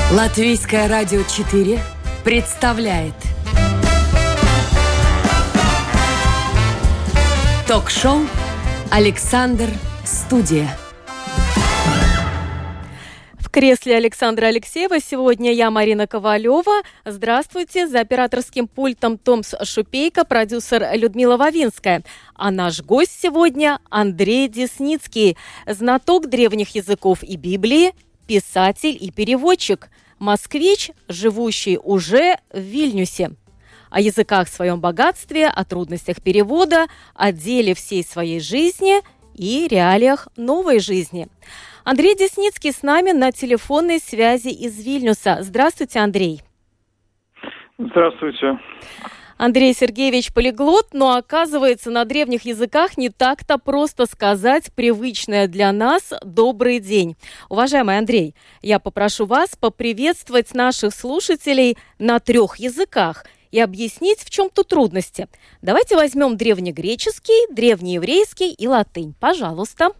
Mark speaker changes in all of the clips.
Speaker 1: Латвийское радио 4 представляет ток-шоу «Александр Студия».
Speaker 2: В кресле Александра Алексеева сегодня я, Марина Ковалева. Здравствуйте. За операторским пультом Томс Шупейко, продюсер Людмила Вавинская. А наш гость сегодня Андрей Десницкий, знаток древних языков и Библии, писатель и переводчик, москвич, живущий уже в Вильнюсе. О языках в своем богатстве, о трудностях перевода, о деле всей своей жизни и реалиях новой жизни. Андрей Десницкий с нами на телефонной связи из Вильнюса. Здравствуйте, Андрей.
Speaker 3: Здравствуйте.
Speaker 2: Андрей Сергеевич полиглот, но оказывается, на древних языках не так-то просто сказать привычное для нас «добрый день». Уважаемый Андрей, я попрошу вас поприветствовать наших слушателей на 3 языках и объяснить, в чем тут трудности. Давайте возьмем древнегреческий, древнееврейский и латынь. Пожалуйста.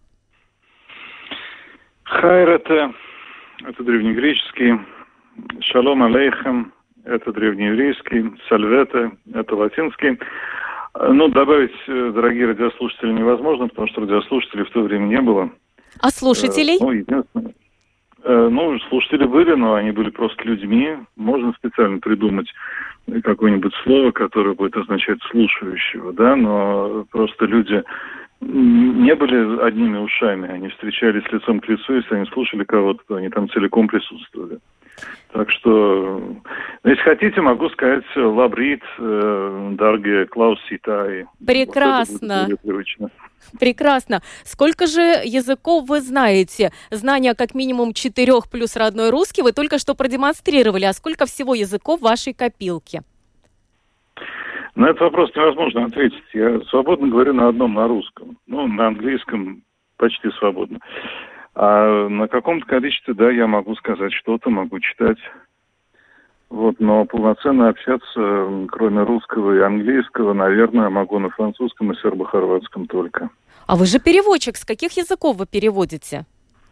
Speaker 3: Хайрате – это древнегреческий, шалом алейхем – это древнееврейский, сальвете – это латинский. Ну, добавить, дорогие радиослушатели, невозможно, потому что радиослушателей в то время не было.
Speaker 2: А слушателей?
Speaker 3: Единственное. Слушатели были, но они были просто людьми. Можно специально придумать какое-нибудь слово, которое будет означать слушающего, да, но просто люди не были одними ушами, они встречались лицом к лицу, если они слушали кого-то, то они там целиком присутствовали. Так что, если хотите, могу сказать «Лабрит», «Дарге», «Клаус Ситай».
Speaker 2: Прекрасно. Прекрасно. Сколько же языков вы знаете? Знания как минимум 4 плюс родной русский вы только что продемонстрировали. А сколько всего языков в вашей копилке?
Speaker 3: На этот вопрос невозможно ответить. Я свободно говорю на одном, на русском. На английском почти свободно. А на каком-то количестве, да, я могу сказать что-то, могу читать. Но полноценно общаться, кроме русского и английского, наверное, могу на французском и сербо-хорватском только.
Speaker 2: А вы же переводчик. С каких языков вы переводите?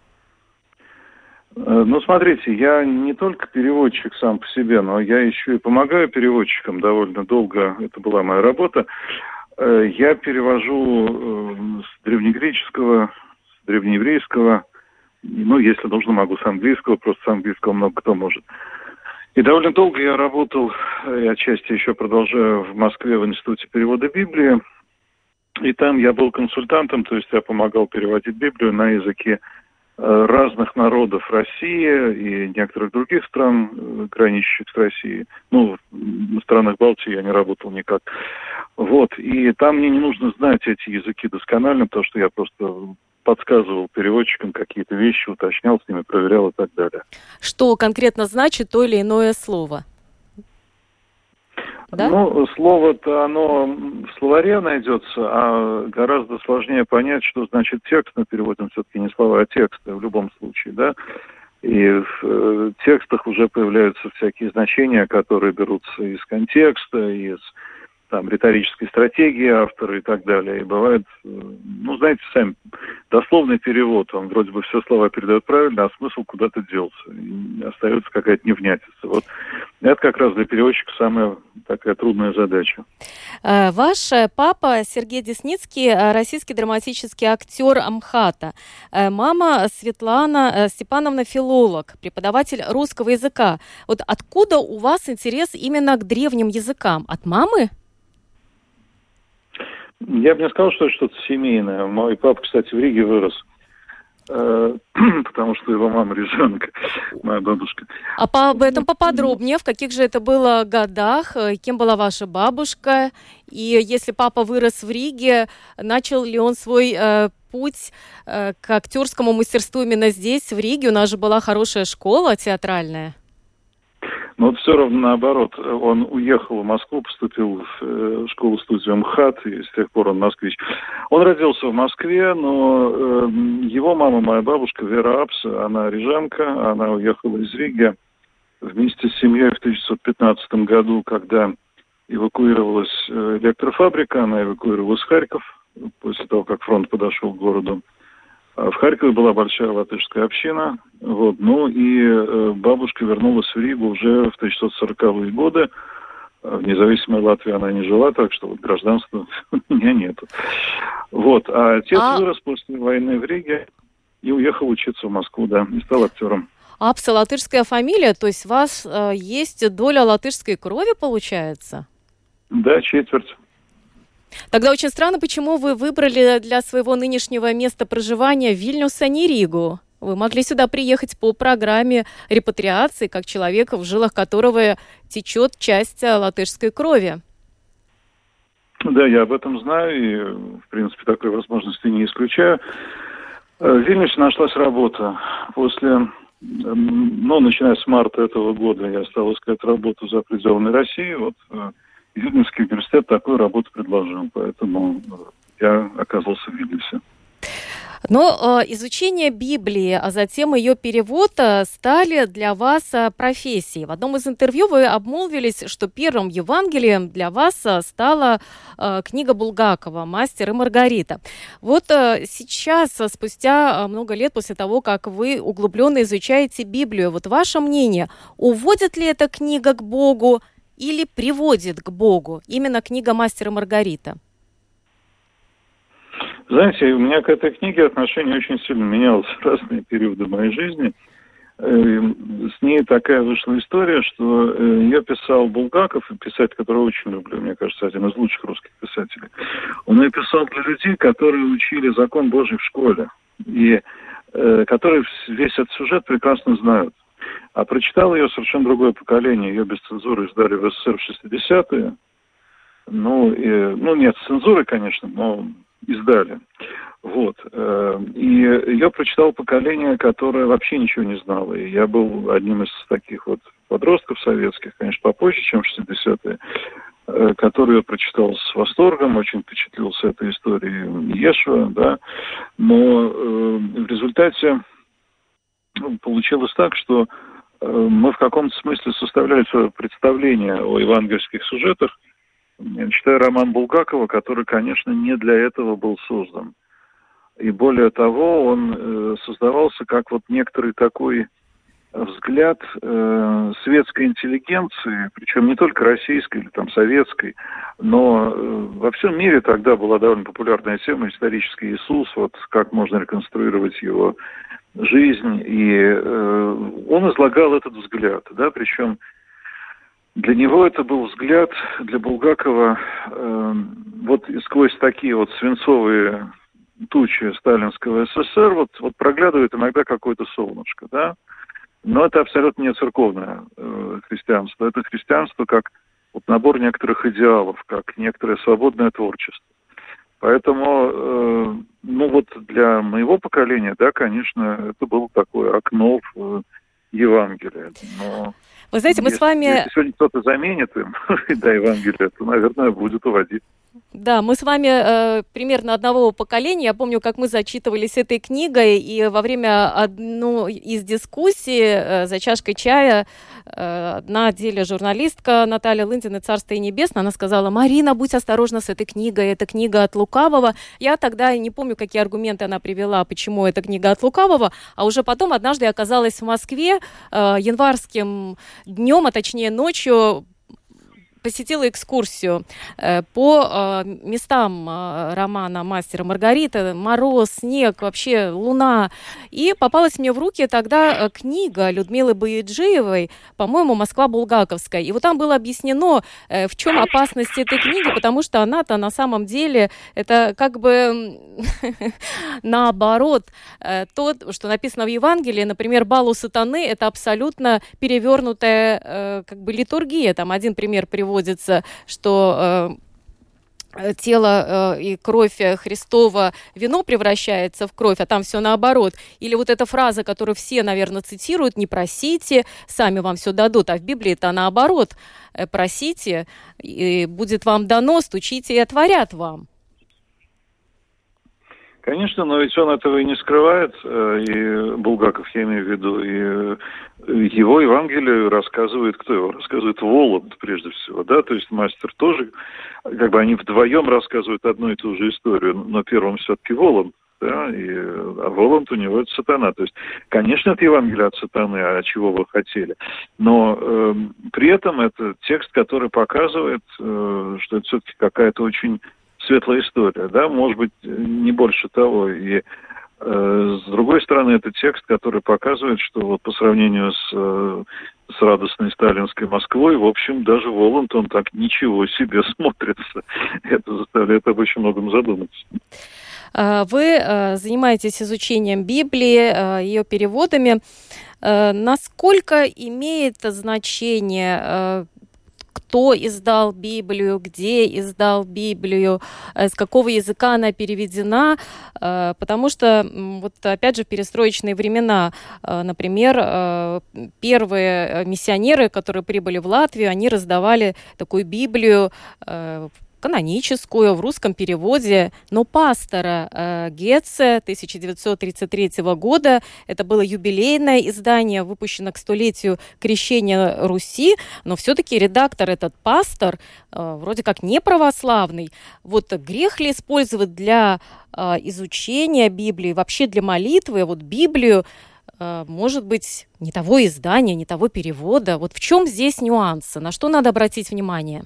Speaker 3: Смотрите, я не только переводчик сам по себе, но я еще и помогаю переводчикам довольно долго. Это была моя работа. Я перевожу с древнегреческого, с древнееврейского, если нужно, могу с английского, просто с английского много кто может. И довольно долго я работал, и отчасти еще продолжаю в Москве в Институте перевода Библии. И там я был консультантом, то есть я помогал переводить Библию на языки разных народов России и некоторых других стран, граничащих с Россией. В странах Балтии я не работал никак. И там мне не нужно знать эти языки досконально, потому что я просто подсказывал переводчикам какие-то вещи, уточнял с ними, проверял и так далее.
Speaker 2: Что конкретно значит то или иное слово? Да?
Speaker 3: Слово-то оно в словаре найдется, а гораздо сложнее понять, что значит текст. Мы переводим все-таки не слова, а тексты в любом случае, да. И в текстах уже появляются всякие значения, которые берутся из контекста, из риторической стратегии автора и так далее. И бывает, знаете, сами, дословный перевод, он вроде бы все слова передает правильно, а смысл куда-то делся. И остается какая-то невнятица. Это как раз для переводчика самая такая трудная задача.
Speaker 2: Ваш папа Сергей Десницкий, российский драматический актер МХАТа. Мама Светлана Степановна филолог, преподаватель русского языка. Откуда у вас интерес именно к древним языкам? От мамы?
Speaker 3: Я бы не сказал, что это что-то семейное. Мой папа, кстати, в Риге вырос, потому что его мама рижанка, моя бабушка.
Speaker 2: А об этом поподробнее, в каких же это было годах, кем была ваша бабушка, и если папа вырос в Риге, начал ли он свой путь к актерскому мастерству именно здесь, в Риге? У нас же была хорошая школа театральная.
Speaker 3: Все равно наоборот. Он уехал в Москву, поступил в школу-студию МХАТ, и с тех пор он москвич. Он родился в Москве, но его мама, моя бабушка Вера Апс, она рижанка, она уехала из Риги вместе с семьей в 1915 году, когда эвакуировалась электрофабрика, она эвакуировалась в Харьков после того, как фронт подошел к городу. В Харькове была большая латышская община, вот, ну и бабушка вернулась в Ригу уже в 1940-е годы. В независимой Латвии она не жила, так что вот гражданства у меня нету. Вот, а отец вырос после войны в Риге и уехал учиться в Москву, да, и стал актером.
Speaker 2: Латышская фамилия, то есть у вас есть доля латышской крови, получается?
Speaker 3: Да, четверть.
Speaker 2: Тогда очень странно, почему вы выбрали для своего нынешнего места проживания Вильнюс, а не Ригу. Вы могли сюда приехать по программе репатриации, как человек, в жилах которого течет часть латышской крови.
Speaker 3: Да, я об этом знаю и, в принципе, такой возможности не исключаю. В Вильнюсе нашлась работа. Начиная с марта этого года я стал искать работу за пределами России. Вот Вильнюсский университет такую работу предложил, поэтому я оказался в Вильнюсе.
Speaker 2: Но изучение Библии, а затем ее перевод стали для вас профессией. В одном из интервью вы обмолвились, что первым Евангелием для вас стала книга Булгакова «Мастер и Маргарита». Вот сейчас, спустя много лет после того, как вы углубленно изучаете Библию, вот ваше мнение, уводит ли эта книга к Богу или приводит к Богу? Именно книга «Мастер и Маргарита».
Speaker 3: Знаете, у меня к этой книге отношение очень сильно менялось в разные периоды моей жизни. С ней такая вышла история, что ее писал Булгаков, писатель, которого очень люблю, мне кажется, один из лучших русских писателей. Он ее писал для людей, которые учили закон Божий в школе, и которые весь этот сюжет прекрасно знают. А прочитал ее совершенно другое поколение, ее без цензуры издали в СССР в 60-е. Нет, с цензурой, конечно, но издали. Вот. И ее прочитало поколение, которое вообще ничего не знало. И я был одним из таких вот подростков советских, конечно, попозже, чем в 60-е, который ее прочитал с восторгом, очень впечатлился этой историей Иешуа, да. Но в результате получилось так, что мы в каком-то смысле составляли свое представление о евангельских сюжетах. Я читаю роман Булгакова, который, конечно, не для этого был создан. И более того, он создавался как вот некоторый такой взгляд светской интеллигенции, причем не только российской или там советской, но во всем мире тогда была довольно популярная тема исторический Иисус, вот как можно реконструировать его жизнь. И он излагал этот взгляд, да, причем для него это был взгляд, для Булгакова, вот сквозь такие вот свинцовые тучи сталинского СССР, вот проглядывает иногда какое-то солнышко, да. Но это абсолютно не церковное христианство. Это христианство как вот набор некоторых идеалов, как некоторое свободное творчество. Поэтому, для моего поколения, да, конечно, это было такое окно в Евангелие. Но
Speaker 2: вы знаете, мы с вами...
Speaker 3: Если сегодня кто-то заменит им, да, Евангелие, то, наверное, будет уводить.
Speaker 2: Да, мы с вами примерно одного поколения. Я помню, как мы зачитывались этой книгой, и во время одной из дискуссий за чашкой чая одна тележурналистка Наталья Лындина, «Царство ей небесное», она сказала: «Марина, будь осторожна с этой книгой, это книга от лукавого». Я тогда не помню, какие аргументы она привела, почему эта книга от лукавого, а уже потом однажды я оказалась в Москве январским днем, а точнее ночью, посетила экскурсию по местам романа «Мастер и Маргарита», мороз, снег, вообще луна. И попалась мне в руки тогда книга Людмилы Бояджиевой, по-моему, «Москва Булгаковская». И вот там было объяснено, в чем опасность этой книги, потому что она-то на самом деле, это как бы наоборот. То, что написано в Евангелии, например, бал у сатаны, это абсолютно перевернутая как бы литургия. Там один пример приводится, что тело и кровь Христова, вино превращается в кровь, а там все наоборот. Или вот эта фраза, которую все, наверное, цитируют: «Не просите, сами вам все дадут». А в Библии это наоборот: «Просите, и будет вам дано, стучите, и отворят вам».
Speaker 3: Конечно, но ведь он этого и не скрывает, и Булгаков, я имею в виду, и его Евангелие рассказывает, кто его рассказывает? Воланд, прежде всего, да, то есть мастер тоже, как бы они вдвоем рассказывают одну и ту же историю, но первым все-таки Воланд да, а Воланд у него это сатана. То есть, конечно, это Евангелие от сатаны, а чего вы хотели. Но при этом это текст, который показывает, что это все-таки какая-то очень светлая история, да, может быть, не больше того. И с другой стороны, это текст, который показывает, что вот по сравнению с радостной сталинской Москвой, в общем, даже Воланд, он так ничего себе смотрится. Это заставляет об очень многом задуматься.
Speaker 2: Вы занимаетесь изучением Библии, ее переводами. Насколько имеет значение, кто издал Библию, где издал Библию, с какого языка она переведена, потому что, вот опять же, в перестроечные времена, например, первые миссионеры, которые прибыли в Латвию, они раздавали такую Библию каноническую в русском переводе, но пастора Гетце 1933 года. Это было юбилейное издание, выпущено к 100-летию крещения Руси, но все-таки редактор этот пастор вроде как не православный. Вот грех ли использовать для изучения Библии, вообще для молитвы, вот Библию, может быть, не того издания, не того перевода? Вот в чем здесь нюансы? На что надо обратить внимание?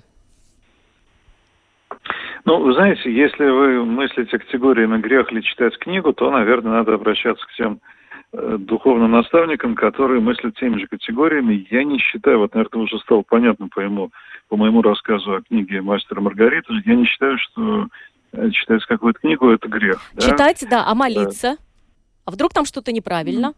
Speaker 3: Ну, вы знаете, если вы мыслите категориями грех ли читать книгу, то, наверное, надо обращаться к тем духовным наставникам, которые мыслят теми же категориями. Я не считаю, вот, наверное, уже стало понятно по моему рассказу о книге «Мастер и Маргарита», я не считаю, что читать какую-то книгу – это грех.
Speaker 2: Читать, да, а молиться? А вдруг там что-то неправильно?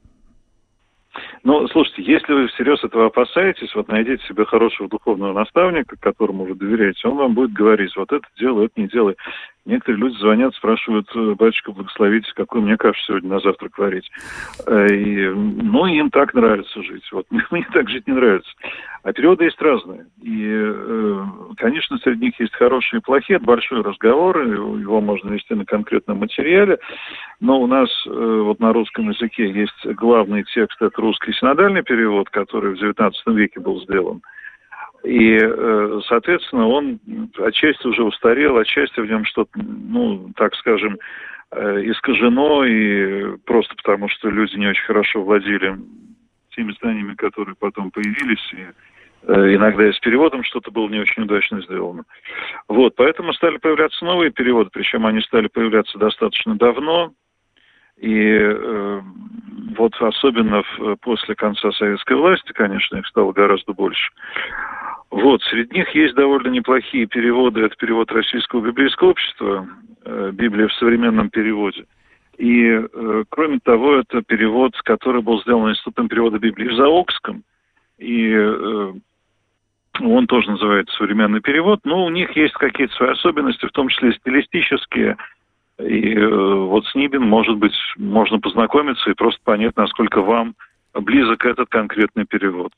Speaker 3: Ну, слушайте, если вы всерьез этого опасаетесь, вот найдите себе хорошего духовного наставника, которому вы доверяете, он вам будет говорить, вот это делай, это не делай. Некоторые люди звонят, спрашивают: батюшка, благословите, какую мне кашу сегодня на завтрак варить. Ну, им так нравится жить. Вот мне так жить не нравится. А переводы есть разные. И, конечно, среди них есть хорошие и плохие. Это большой разговор, его можно вести на конкретном материале. Но у нас вот на русском языке есть главный текст, это русский синодальный перевод, который в XIX веке был сделан. И, соответственно, он отчасти уже устарел, отчасти в нем что-то, ну, так скажем, искажено, и просто потому, что люди не очень хорошо владели теми знаниями, которые потом появились, и иногда и с переводом что-то было не очень удачно сделано. Вот, поэтому стали появляться новые переводы, причем они стали появляться достаточно давно, и вот особенно после конца советской власти, конечно, их стало гораздо больше. Вот, среди них есть довольно неплохие переводы. Это перевод Российского библейского общества, Библия в современном переводе. И, кроме того, это перевод, который был сделан Институтом перевода Библии в Заокском. И он тоже называется современный перевод. Но у них есть какие-то свои особенности, в том числе стилистические. И вот с ними, может быть, можно познакомиться и просто понять, насколько вам близок этот конкретный перевод.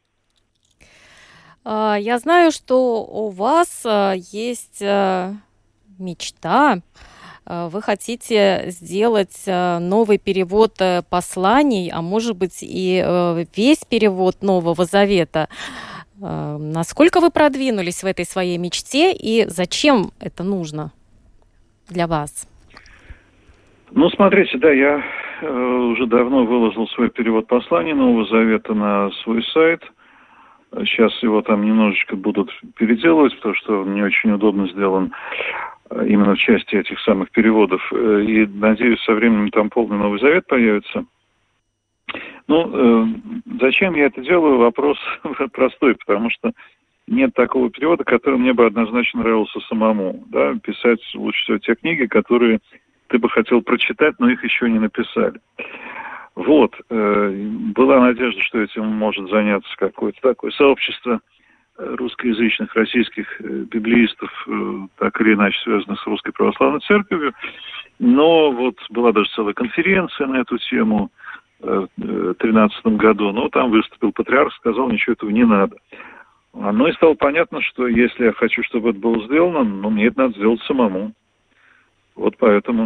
Speaker 2: Я знаю, что у вас есть мечта. Вы хотите сделать новый перевод посланий, а может быть и весь перевод Нового Завета. Насколько вы продвинулись в этой своей мечте и зачем это нужно для вас?
Speaker 3: Ну, смотрите, да, я уже давно выложил свой перевод посланий Нового Завета на свой сайт. Сейчас его там немножечко будут переделывать, потому что он не очень удобно сделан именно в части этих самых переводов. И, надеюсь, со временем там полный Новый Завет появится. Ну, зачем я это делаю? Вопрос простой, потому что нет такого перевода, который мне бы однозначно нравился самому. Да? Писать лучше всего те книги, которые ты бы хотел прочитать, но их еще не написали. Вот. Была надежда, что этим может заняться какое-то такое сообщество русскоязычных российских библеистов, так или иначе связанных с Русской Православной Церковью. Но вот была даже целая конференция на эту тему в 2013 году. Но там выступил патриарх, сказал, ничего этого не надо. Ну и стало понятно, что если я хочу, чтобы это было сделано, ну, мне это надо сделать самому. Вот поэтому.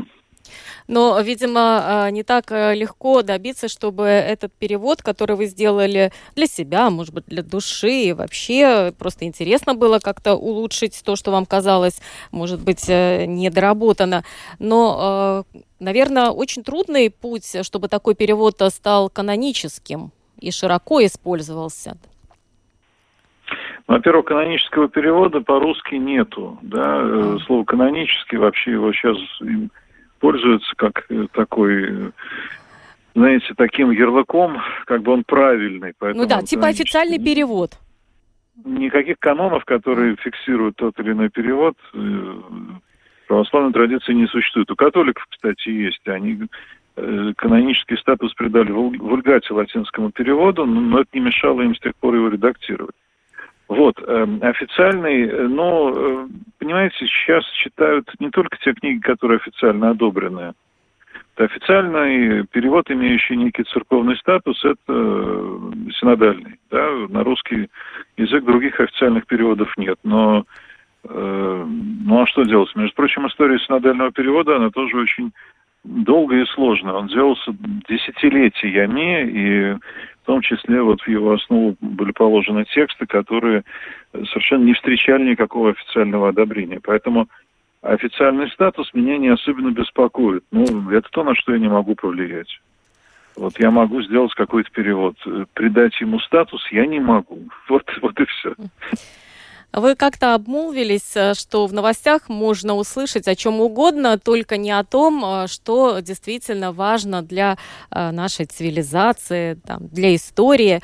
Speaker 2: Но, видимо, не так легко добиться, чтобы этот перевод, который вы сделали для себя, может быть, для души, и вообще просто интересно было как-то улучшить то, что вам казалось, может быть, недоработано. Но, наверное, очень трудный путь, чтобы такой перевод стал каноническим и широко использовался.
Speaker 3: Во-первых, канонического перевода по-русски нету. Да? Слово «канонический» вообще его сейчас пользуется как такой, знаете, таким ярлыком, как бы он правильный.
Speaker 2: Ну да, типа официальный перевод.
Speaker 3: Никаких канонов, которые фиксируют тот или иной перевод, православной традиции не существует. У католиков, кстати, есть. Они канонический статус придали вульгате латинскому переводу, но это не мешало им с тех пор его редактировать. Вот, официальный, но, понимаете, сейчас читают не только те книги, которые официально одобрены. Официальный перевод, имеющий некий церковный статус, это синодальный. Да? На русский язык других официальных переводов нет. Но, ну а что делать? Между прочим, история синодального перевода, она тоже очень долгая и сложная. Он делался десятилетиями, и в том числе вот в его основу были положены тексты, которые совершенно не встречали никакого официального одобрения. Поэтому официальный статус меня не особенно беспокоит. Ну, это то, на что я не могу повлиять. Вот я могу сделать какой-то перевод. Придать ему статус я не могу. Вот и все.
Speaker 2: Вы как-то обмолвились, что в новостях можно услышать о чем угодно, только не о том, что действительно важно для нашей цивилизации, для истории.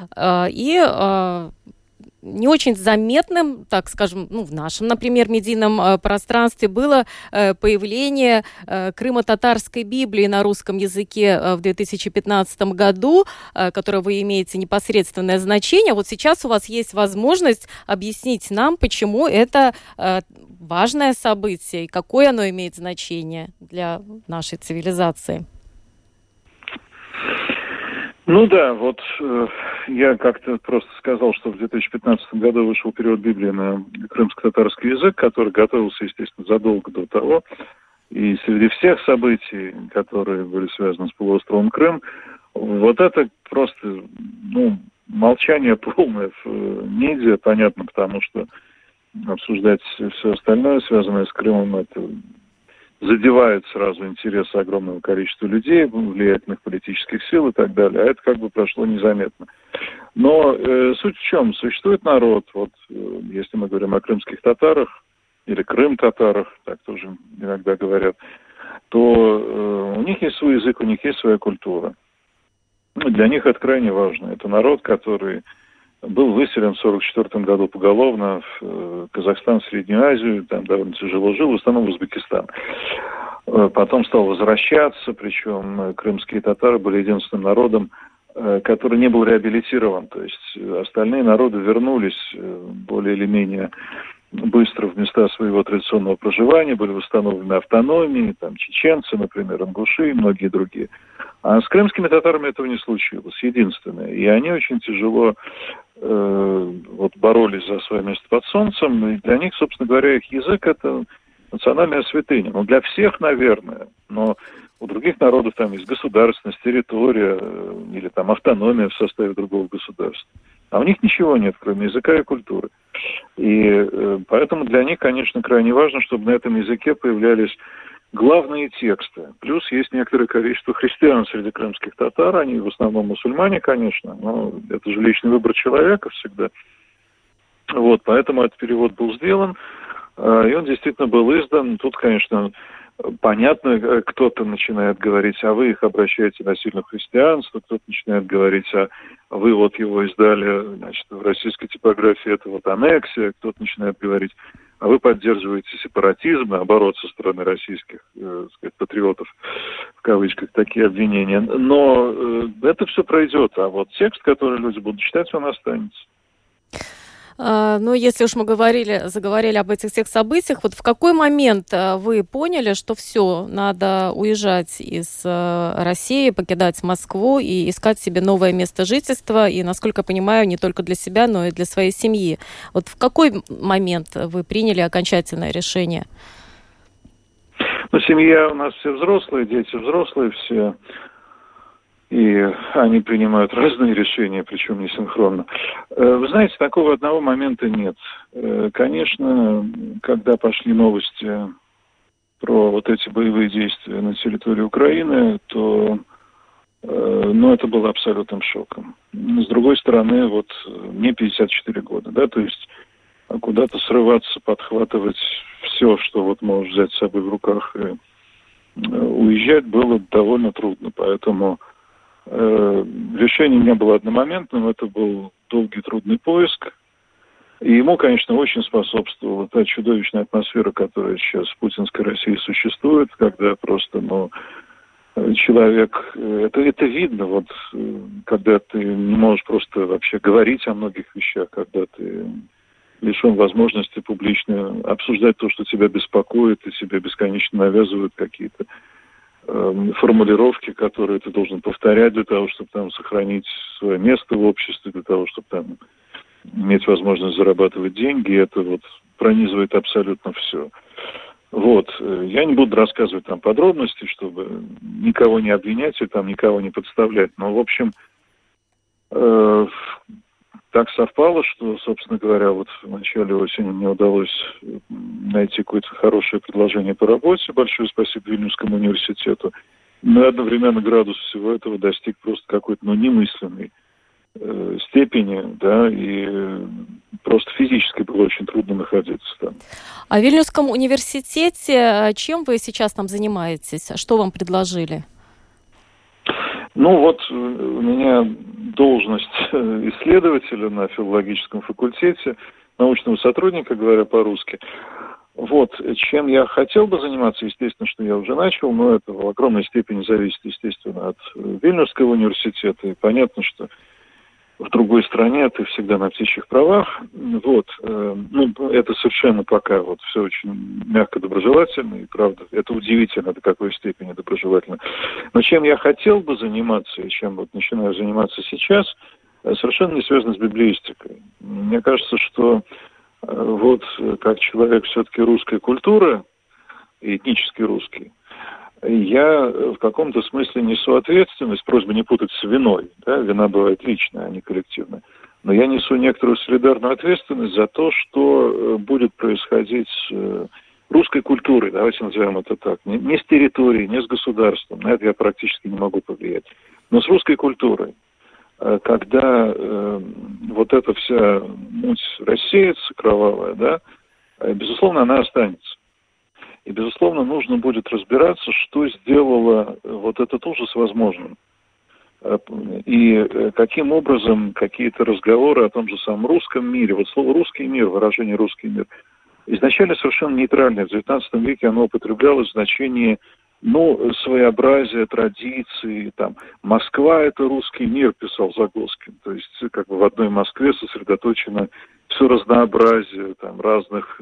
Speaker 2: И не очень заметным, так скажем, в нашем, например, медийном пространстве было появление крымо-татарской Библии на русском языке в 2015 году, которое вы имеете непосредственное значение. Вот сейчас у вас есть возможность объяснить нам, почему это важное событие и какое оно имеет значение для нашей цивилизации.
Speaker 3: Ну да, вот я как-то просто сказал, что в 2015 году вышел перевод Библии на крымско-татарский язык, который готовился, естественно, задолго до того. И среди всех событий, которые были связаны с полуостровом Крым, вот это просто, молчание полное в медиа, понятно, потому что обсуждать все остальное, связанное с Крымом, это задевает сразу интересы огромного количества людей, влиятельных политических сил и так далее. А это как бы прошло незаметно. Но суть в чем? Существует народ, вот если мы говорим о крымских татарах, или крым-татарах, так тоже иногда говорят, то у них есть свой язык, у них есть своя культура. Для них это крайне важно. Это народ, который был выселен в 1944 году поголовно в Казахстан, в Среднюю Азию, там довольно тяжело жил, в основном в Узбекистан. Потом стал возвращаться, причем крымские татары были единственным народом, который не был реабилитирован. То есть остальные народы вернулись более или менее быстро в места своего традиционного проживания, были восстановлены автономии, там чеченцы, например, ингуши и многие другие. А с крымскими татарами этого не случилось, единственное. И они очень тяжело боролись за свое место под солнцем. И для них, собственно говоря, их язык – это национальная святыня. Для всех, наверное, но у других народов там есть государственность, территория или там автономия в составе другого государства. А у них ничего нет, кроме языка и культуры. И поэтому для них, конечно, крайне важно, чтобы на этом языке появлялись главные тексты. Плюс есть некоторое количество христиан среди крымских татар. Они в основном мусульмане, конечно, но это же личный выбор человека всегда. Вот, поэтому этот перевод был сделан, и он действительно был издан. Тут, конечно, понятно, кто-то начинает говорить, а вы их обращаете насильно в христианство, кто-то начинает говорить, а вы вот его издали, значит, в российской типографии, это вот аннексия, кто-то начинает говорить, а вы поддерживаете сепаратизм, наоборот, со стороны российских, патриотов, в кавычках, такие обвинения. Но это все пройдет, а вот текст, который люди будут читать, он останется.
Speaker 2: Ну, если уж мы заговорили об этих всех событиях, вот в какой момент вы поняли, что все, надо уезжать из России, покидать Москву и искать себе новое место жительства, и, насколько я понимаю, не только для себя, но и для своей семьи? Вот в какой момент вы приняли окончательное решение?
Speaker 3: Ну, семья у нас все взрослые, дети взрослые все. И они принимают разные решения, причем не синхронно. Вы знаете, такого одного момента нет. Конечно, когда пошли новости про вот эти боевые действия на территории Украины, то это было абсолютным шоком. С другой стороны, вот мне 54 года, да, то есть куда-то срываться, подхватывать все, что вот можешь взять с собой в руках и уезжать, было довольно трудно. Поэтому решение не было одномоментным, это был долгий, трудный поиск. И ему, конечно, очень способствовала та чудовищная атмосфера, которая сейчас в путинской России существует, когда просто, человек, это видно, вот, когда ты не можешь просто вообще говорить о многих вещах, когда ты лишен возможности публично обсуждать то, что тебя беспокоит, и тебе бесконечно навязывают какие-то формулировки, которые ты должен повторять для того, чтобы там сохранить свое место в обществе, для того, чтобы там иметь возможность зарабатывать деньги. Это вот пронизывает абсолютно все. Вот. Я не буду рассказывать там подробности, чтобы никого не обвинять и там никого не подставлять. Но, в общем, так совпало, что, собственно говоря, вот в начале осени мне удалось найти какое-то хорошее предложение по работе. Большое спасибо Вильнюсскому университету. Но одновременно градус всего этого достиг просто какой-то, немысленной степени, да, и просто физически было очень трудно находиться там.
Speaker 2: А в Вильнюсском университете чем вы сейчас там занимаетесь? Что вам предложили?
Speaker 3: У меня должность исследователя на филологическом факультете, научного сотрудника, говоря по-русски. Вот, чем я хотел бы заниматься, естественно, что я уже начал, но это в огромной степени зависит, естественно, от Вильнюсского университета. И понятно, что в другой стране ты всегда на птичьих правах. Вот, это совершенно пока вот все очень мягко доброжелательно, и правда, это удивительно, до какой степени доброжелательно. Но чем я хотел бы заниматься, и чем вот начинаю заниматься сейчас, совершенно не связано с библеистикой. Мне кажется, что вот как человек все-таки русской культуры, этнически русский, я в каком-то смысле несу ответственность, просьба не путать с виной, да, вина бывает личная, а не коллективная, но я несу некоторую солидарную ответственность за то, что будет происходить с русской культурой, давайте назовем это так, не с территорией, не с государством, на это я практически не могу повлиять, но с русской культурой. Когда вот эта вся муть рассеется, кровавая, да, безусловно, она останется. И, безусловно, нужно будет разбираться, что сделало вот этот ужас возможным. И каким образом какие-то разговоры о том же самом русском мире, вот слово «русский мир», выражение «русский мир», изначально совершенно нейтральное. В XIX веке оно употреблялось в значении, своеобразия, традиции. Там, Москва – это русский мир, писал Загоскин. То есть, как бы в одной Москве сосредоточено все разнообразие там, разных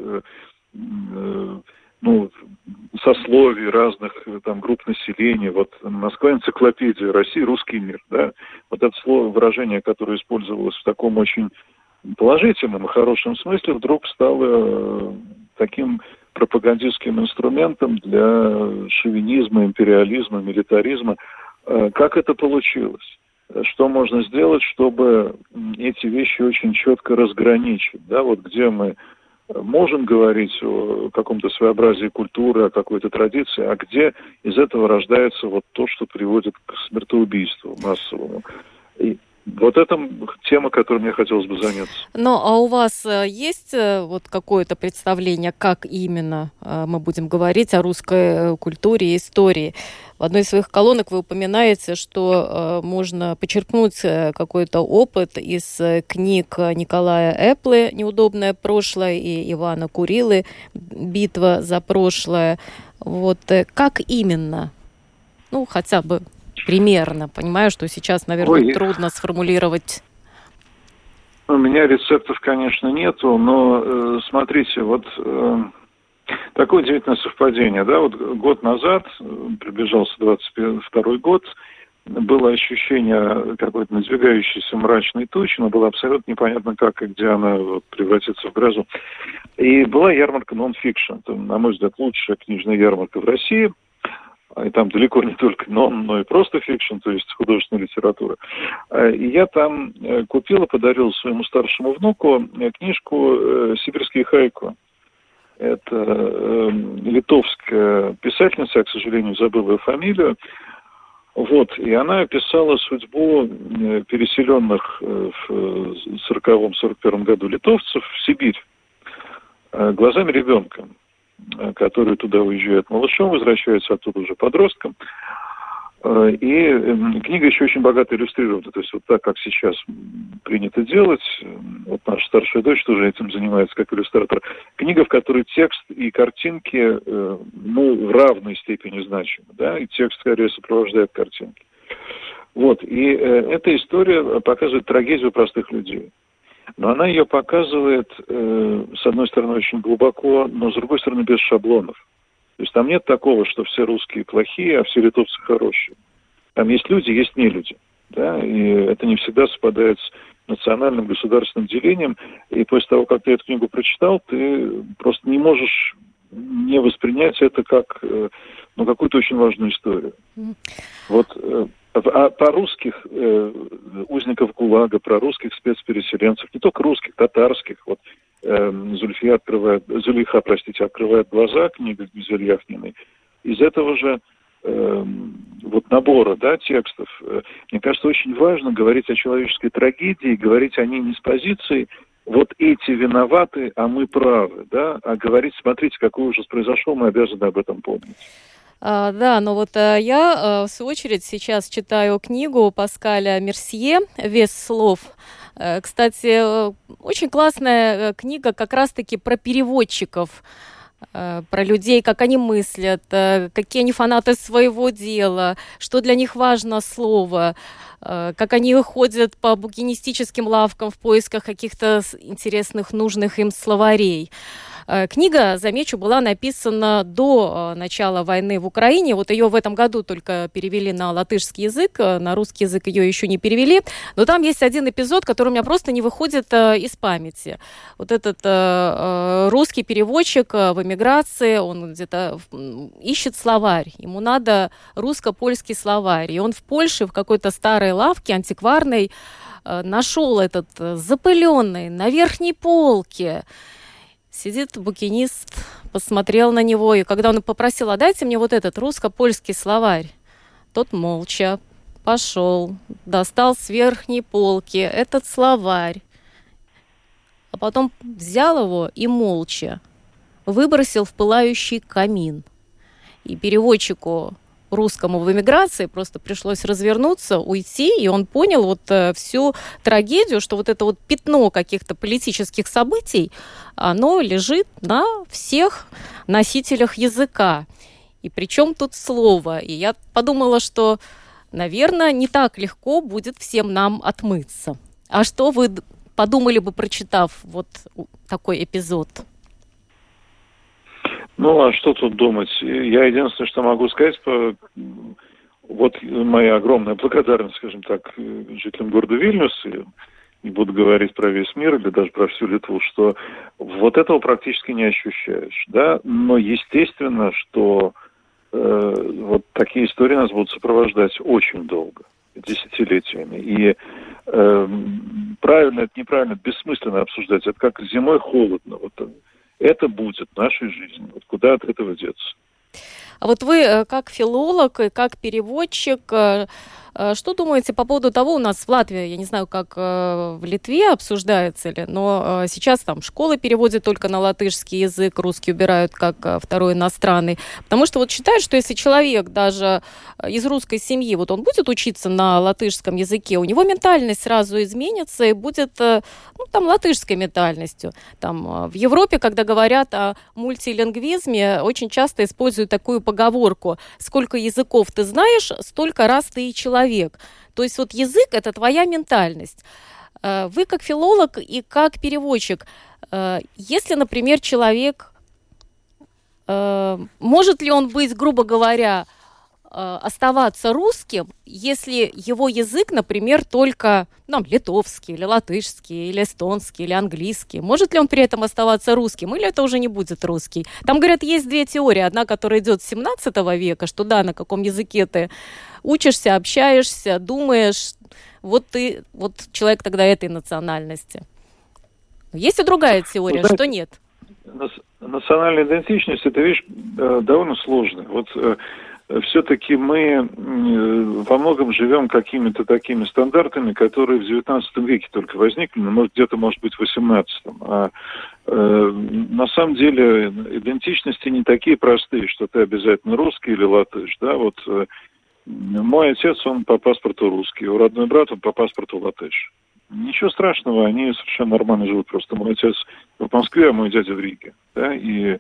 Speaker 3: сословий, разных там групп населения. Вот Москва энциклопедия России, русский мир, да. Вот это слово, выражение, которое использовалось в таком очень положительном и хорошем смысле, вдруг стало таким пропагандистским инструментом для шовинизма, империализма, милитаризма. Как это получилось? Что можно сделать, чтобы эти вещи очень четко разграничить? Да, вот где мы можем говорить о каком-то своеобразии культуры, о какой-то традиции, а где из этого рождается вот то, что приводит к смертоубийству массовому. И вот это тема, которой мне хотелось бы заняться.
Speaker 2: А у вас есть вот какое-то представление, как именно мы будем говорить о русской культуре и истории? В одной из своих колонок вы упоминаете, что можно почерпнуть какой-то опыт из книг Николая Эплы «Неудобное прошлое» и Ивана Курилы «Битва за прошлое». Вот как именно? Хотя бы примерно. Понимаю, что сейчас, наверное, трудно сформулировать.
Speaker 3: У меня рецептов, конечно, нету, но смотрите, вот такое удивительное совпадение, да, вот год назад, приближался 22-й год, было ощущение какой-то надвигающейся мрачной тучи, но было абсолютно непонятно, как и где она превратится в грозу. И была ярмарка нон-фикшн. Это, на мой взгляд, лучшая книжная ярмарка в России. И там далеко не только нон, но и просто фикшн, то есть художественная литература. И я там купил и подарил своему старшему внуку книжку «Сибирские хайку». Это литовская писательница, я, к сожалению, забыл ее фамилию. Вот, и она описала судьбу переселенных в 1940-1941 году литовцев в Сибирь глазами ребенка, который туда уезжает малышом, возвращается оттуда уже подростком. И книга еще очень богато иллюстрирована. То есть вот так, как сейчас принято делать, вот наша старшая дочь тоже этим занимается как иллюстратор. Книга, в которой текст и картинки в равной степени значимы, да, и текст скорее сопровождает картинки. Вот, и эта история показывает трагедию простых людей. Но она ее показывает, с одной стороны, очень глубоко, но с другой стороны, без шаблонов. То есть там нет такого, что все русские плохие, а все литовцы хорошие. Там есть люди, есть нелюди. Да? И это не всегда совпадает с национальным государственным делением. И после того, как ты эту книгу прочитал, ты просто не можешь не воспринять это как какую-то очень важную историю. Вот про русских узников ГУЛАГа, про русских спецпереселенцев, не только русских, татарских, вот Зулейха открывает глаза, книга Гюзель Яхниной. Из этого же набора, да, текстов, мне кажется, очень важно говорить о человеческой трагедии, говорить о ней не с позиции вот эти виноваты, а мы правы, да, а говорить, смотрите, какой ужас произошел, мы обязаны об этом помнить.
Speaker 2: Да, но вот я, в свою очередь, сейчас читаю книгу Паскаля Мерсье «Вес слов». Кстати, очень классная книга как раз-таки про переводчиков, про людей, как они мыслят, какие они фанаты своего дела, что для них важно слово, как они ходят по букинистическим лавкам в поисках каких-то интересных, нужных им словарей. Книга, замечу, была написана до начала войны в Украине. Вот ее в этом году только перевели на латышский язык, на русский язык ее еще не перевели. Но там есть один эпизод, который у меня просто не выходит из памяти. Вот этот русский переводчик в эмиграции, он где-то ищет словарь. Ему надо русско-польский словарь. И он в Польше в какой-то старой лавке антикварной нашел этот запыленный на верхней полке. Сидит букинист, посмотрел на него, и когда он попросил, дайте мне вот этот русско-польский словарь, тот молча пошел, достал с верхней полки этот словарь, а потом взял его и молча выбросил в пылающий камин. И переводчику русскому в эмиграции просто пришлось развернуться, уйти, и он понял всю трагедию, что вот это вот пятно каких-то политических событий, оно лежит на всех носителях языка. И причем тут слово. И я подумала, что, наверное, не так легко будет всем нам отмыться. А что вы подумали бы, прочитав вот такой эпизод?
Speaker 3: Ну, а что тут думать? Я единственное, что могу сказать, вот моя огромная благодарность, скажем так, жителям города Вильнюс, не буду говорить про весь мир или даже про всю Литву, что вот этого практически не ощущаешь, да, но естественно, что вот такие истории нас будут сопровождать очень долго, десятилетиями, и правильно, это неправильно, это бессмысленно обсуждать, это как зимой холодно, вот это будет в нашей жизни. Вот куда от этого деться?
Speaker 2: А вот вы, как филолог и как переводчик, что думаете по поводу того, у нас в Латвии, я не знаю, как в Литве обсуждается ли, но сейчас там школы переводят только на латышский язык, русский убирают как второй иностранный. Потому что вот считают, что если человек даже из русской семьи, вот он будет учиться на латышском языке, у него ментальность сразу изменится и будет, там, латышской ментальностью. Там в Европе, когда говорят о мультилингвизме, очень часто используют такую поговорку: сколько языков ты знаешь, столько раз ты и человек. То есть вот язык – это твоя ментальность. Вы как филолог и как переводчик, если, например, человек, может ли он быть, грубо говоря, оставаться русским, если его язык, например, только литовский, или латышский, или эстонский, или английский? Может ли он при этом оставаться русским, или это уже не будет русский? Там, говорят, есть две теории. Одна, которая идет с 17 века, что на каком языке ты учишься, общаешься, думаешь, ты человек тогда этой национальности. Есть и другая теория, что нет.
Speaker 3: Национальная идентичность – это вещь довольно сложная. Все-таки мы во многом живем какими-то такими стандартами, которые в XIX веке только возникли, где-то, может быть, в XVIII. На самом деле идентичности не такие простые, что ты обязательно русский или латыш. Да? Мой отец, он по паспорту русский, у родной брат, он по паспорту латыш. Ничего страшного, они совершенно нормально живут. Просто мой отец в Москве, а мой дядя в Риге. Да? И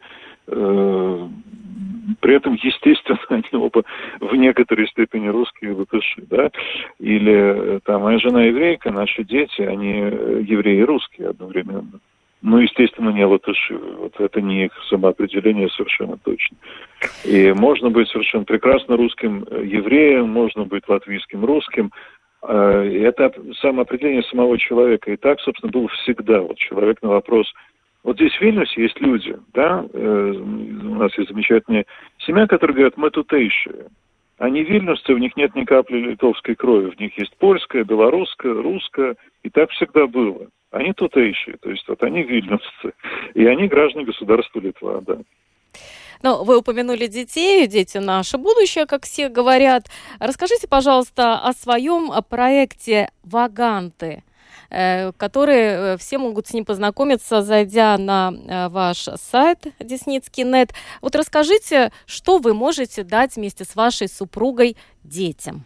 Speaker 3: при этом, естественно, они оба в некоторой степени русские латыши. Да? Или моя жена еврейка, наши дети, они евреи и русские одновременно. Естественно, не латыши. Это не их самоопределение совершенно точно. И можно быть совершенно прекрасно русским евреем, можно быть латвийским русским. Это самоопределение самого человека. И так, собственно, было всегда. Человек на вопрос... Здесь в Вильнюсе есть люди, да, у нас есть замечательная семья, которые говорят, мы тутейшие. Они вильнюсцы, у них нет ни капли литовской крови, в них есть польская, белорусская, русская, и так всегда было. Они тутейшие, то есть они вильнюсцы, и они граждане государства Литва, да.
Speaker 2: Вы упомянули детей, дети наше будущее, как все говорят. Расскажите, пожалуйста, о своем проекте «Ваганты», которые все могут с ним познакомиться, зайдя на ваш сайт Desnitski.net. Расскажите, что вы можете дать вместе с вашей супругой детям?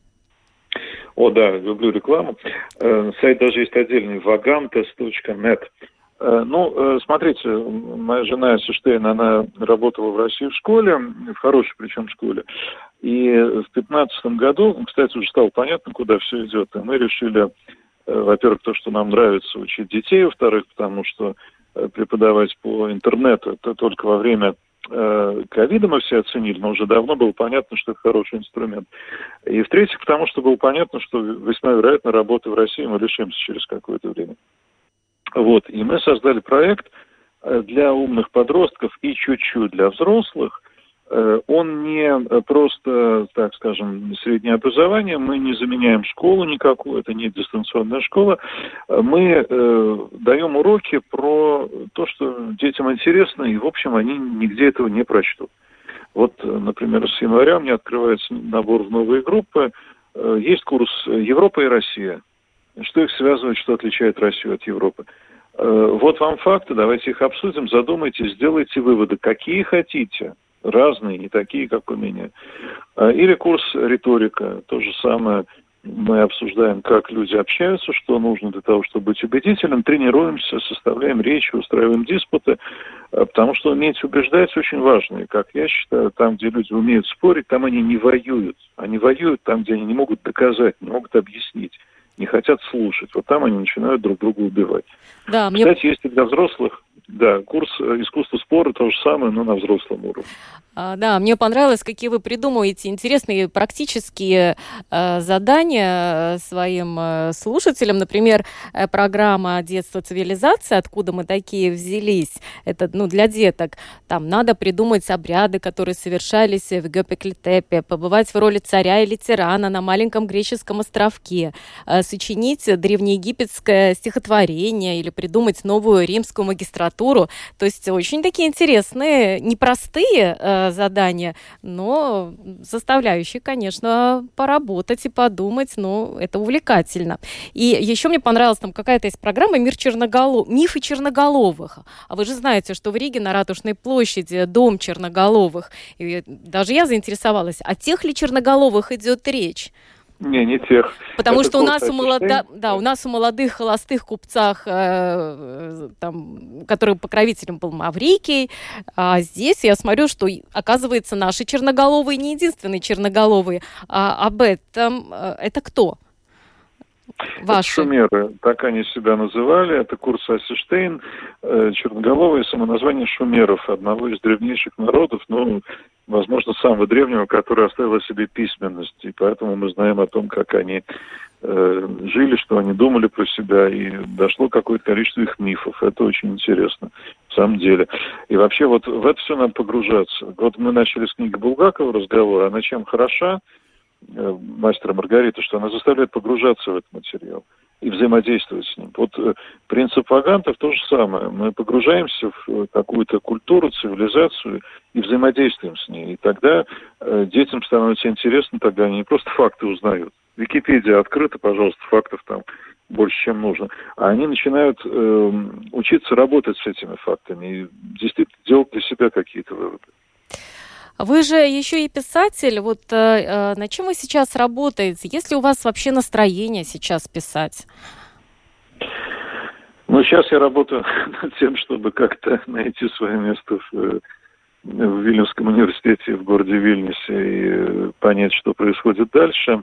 Speaker 3: Да, люблю рекламу. Сайт даже есть отдельный, vagantes.net. Смотрите, моя жена Эйзенштейн, она работала в России в школе, в хорошей причем школе. И в 2015 году, кстати, уже стало понятно, куда все идет. И мы решили, во-первых, то, что нам нравится учить детей, во-вторых, потому что преподавать по интернету, это только во время ковида мы все оценили, но уже давно было понятно, что это хороший инструмент. И в-третьих, потому что было понятно, что весьма вероятно работы в России мы лишимся через какое-то время. И мы создали проект для умных подростков и чуть-чуть для взрослых. Он не просто, так скажем, среднее образование, мы не заменяем школу никакую, это не дистанционная школа. Мы даем уроки про то, что детям интересно, и, в общем, они нигде этого не прочтут. Например, с января у меня открывается набор в новые группы. Есть курс «Европа и Россия». Что их связывает, что отличает Россию от Европы? Вам факты, давайте их обсудим, задумайтесь, сделайте выводы, какие хотите, разные, не такие, как у меня. Или курс «Риторика», то же самое, мы обсуждаем, как люди общаются, что нужно для того, чтобы быть убедителем, тренируемся, составляем речи, устраиваем диспуты, потому что уметь убеждать очень важно. И, как я считаю, там, где люди умеют спорить, там они не воюют. Они воюют там, где они не могут доказать, не могут объяснить, не хотят слушать. Там они начинают друг друга убивать.
Speaker 2: Да,
Speaker 3: Кстати, есть и для взрослых, курс искусства спора, то же самое, но на взрослом уровне.
Speaker 2: Мне понравилось, какие вы придумываете интересные практические задания своим слушателям. Например, программа «Детство, цивилизация», откуда мы такие взялись. Это для деток. Там надо придумать обряды, которые совершались в Гёбекли-Тепе, побывать в роли царя или тирана на маленьком греческом островке, сочинить древнеегипетское стихотворение или придумать новую римскую магистратуру. То есть очень такие интересные, непростые задания, но заставляющие, конечно, поработать и подумать, это увлекательно. И еще мне понравилась там какая-то есть программа «Мифы черноголовых». А вы же знаете, что в Риге на Ратушной площади дом черноголовых. И даже я заинтересовалась, о тех ли черноголовых идет речь?
Speaker 3: Не тех.
Speaker 2: Потому это что у нас у молодых холостых купцах, который покровителем был Маврикий, а здесь я смотрю, что, оказывается, наши черноголовые не единственные черноголовые. А об этом это кто?
Speaker 3: Ваши. Шумеры, так они себя называли. Это курс Эйзенштейн, черноголовое самоназвание шумеров, одного из древнейших народов. возможно, самого древнего, который оставил о себе письменность. И поэтому мы знаем о том, как они жили, что они думали про себя, и дошло какое-то количество их мифов. Это очень интересно, в самом деле. И вообще вот в это все надо погружаться. Вот мы начали с книги Булгакова разговор, она чем хороша, «Мастера Маргарита», что она заставляет погружаться в этот материал и взаимодействовать с ним. Вот принцип Вагантов то же самое. Мы погружаемся в какую-то культуру, цивилизацию и взаимодействуем с ней. И тогда детям становится интересно, тогда они не просто факты узнают. Википедия открыта, пожалуйста, фактов там больше, чем нужно. А они начинают учиться работать с этими фактами и действительно делать для себя какие-то выводы.
Speaker 2: Вы же еще и писатель. Вот над чем вы сейчас работаете? Есть ли у вас вообще настроение сейчас писать?
Speaker 3: Ну, сейчас я работаю над тем, чтобы как-то найти свое место в Вильнюсском университете в городе Вильнюсе и понять, что происходит дальше.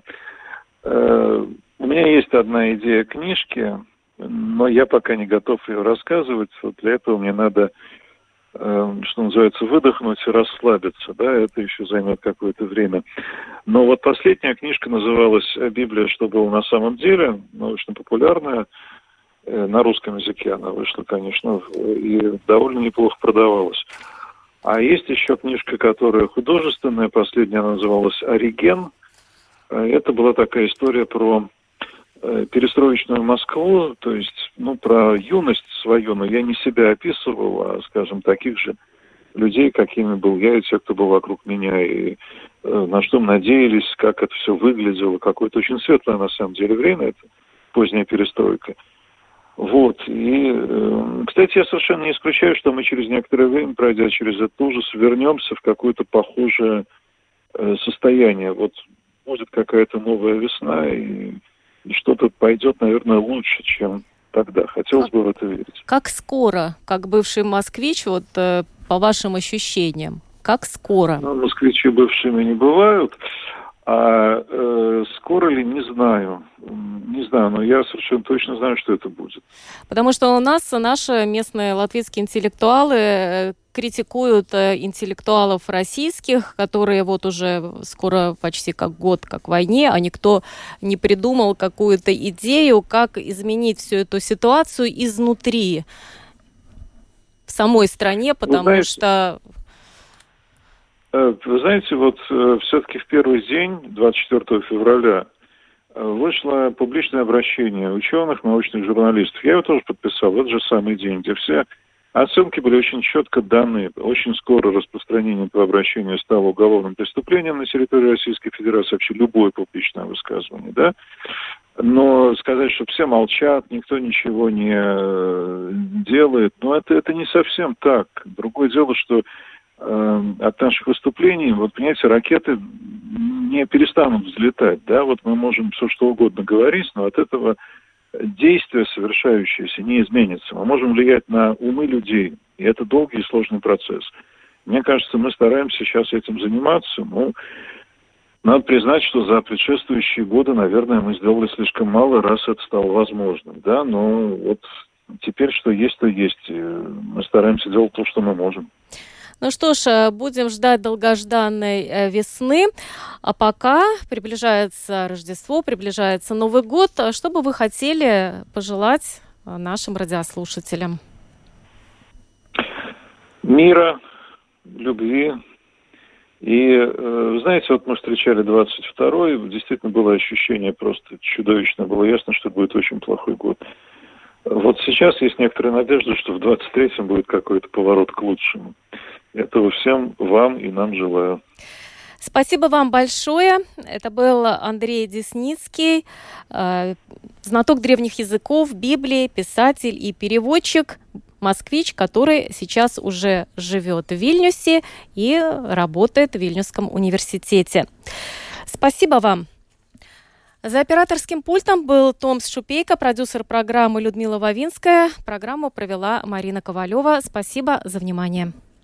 Speaker 3: У меня есть одна идея книжки, но я пока не готов ее рассказывать. Вот для этого мне надо, что называется, выдохнуть и расслабиться. Да, это еще займет какое-то время. Но вот последняя книжка называлась «Библия. Что было на самом деле», научно-популярная, на русском языке она вышла, конечно, и довольно неплохо продавалась. А есть еще книжка, которая художественная, последняя, она называлась «Ориген». Это была такая история про перестроечную Москву, то есть, про юность свою, но я не себя описывал, а, скажем, таких же людей, какими был я и те, кто был вокруг меня, и на что мы надеялись, как это все выглядело, какое-то очень светлое, на самом деле, время, это поздняя перестройка. Вот, и, кстати, я совершенно не исключаю, что мы через некоторое время, пройдя через этот ужас, вернемся в какое-то похожее состояние. Вот будет какая-то новая весна, и что-то пойдет, наверное, лучше, чем тогда. Хотелось бы в это верить.
Speaker 2: Как скоро, как бывший москвич, вот по вашим ощущениям, как скоро?
Speaker 3: Москвичи бывшими не бывают, а скоро ли, не знаю. Не знаю, но я совершенно точно знаю, что это будет.
Speaker 2: Потому что у нас наши местные латвийские интеллектуалы критикуют интеллектуалов российских, которые вот уже скоро почти как год, как в войне, а никто не придумал какую-то идею, как изменить всю эту ситуацию изнутри в самой стране, потому что...
Speaker 3: Вы знаете, вот все-таки в первый день, 24 февраля, вышло публичное обращение ученых, научных журналистов. Я его тоже подписал в этот же самый день, где все оценки были очень четко даны. Очень скоро распространение этого обращения стало уголовным преступлением на территории Российской Федерации, вообще любое публичное высказывание, да. Но сказать, что все молчат, никто ничего не делает, это не совсем так. Другое дело, что от наших выступлений, вот, понимаете, ракеты не перестанут взлетать, да, вот мы можем все что угодно говорить, но от этого действие совершающееся не изменится. Мы можем влиять на умы людей, и это долгий и сложный процесс. Мне кажется, мы стараемся сейчас этим заниматься, надо признать, что за предшествующие годы, наверное, мы сделали слишком мало, раз это стало возможным, да, но вот теперь что есть, то есть. Мы стараемся делать то, что мы можем.
Speaker 2: Ну что ж, будем ждать долгожданной весны. А пока приближается Рождество, приближается Новый год. Что бы вы хотели пожелать нашим радиослушателям?
Speaker 3: Мира, любви. И, знаете, вот мы встречали 22-й, действительно было ощущение просто чудовищное. Было ясно, что будет очень плохой год. Вот сейчас есть некоторая надежда, что в 23-м будет какой-то поворот к лучшему. Этого всем вам и нам желаю.
Speaker 2: Спасибо вам большое. Это был Андрей Десницкий, знаток древних языков, Библии, писатель и переводчик, москвич, который сейчас уже живет в Вильнюсе и работает в Вильнюсском университете. Спасибо вам. За операторским пультом был Томс Шупейко, продюсер программы Людмила Вавинская. Программу провела Марина Ковалева. Спасибо за внимание.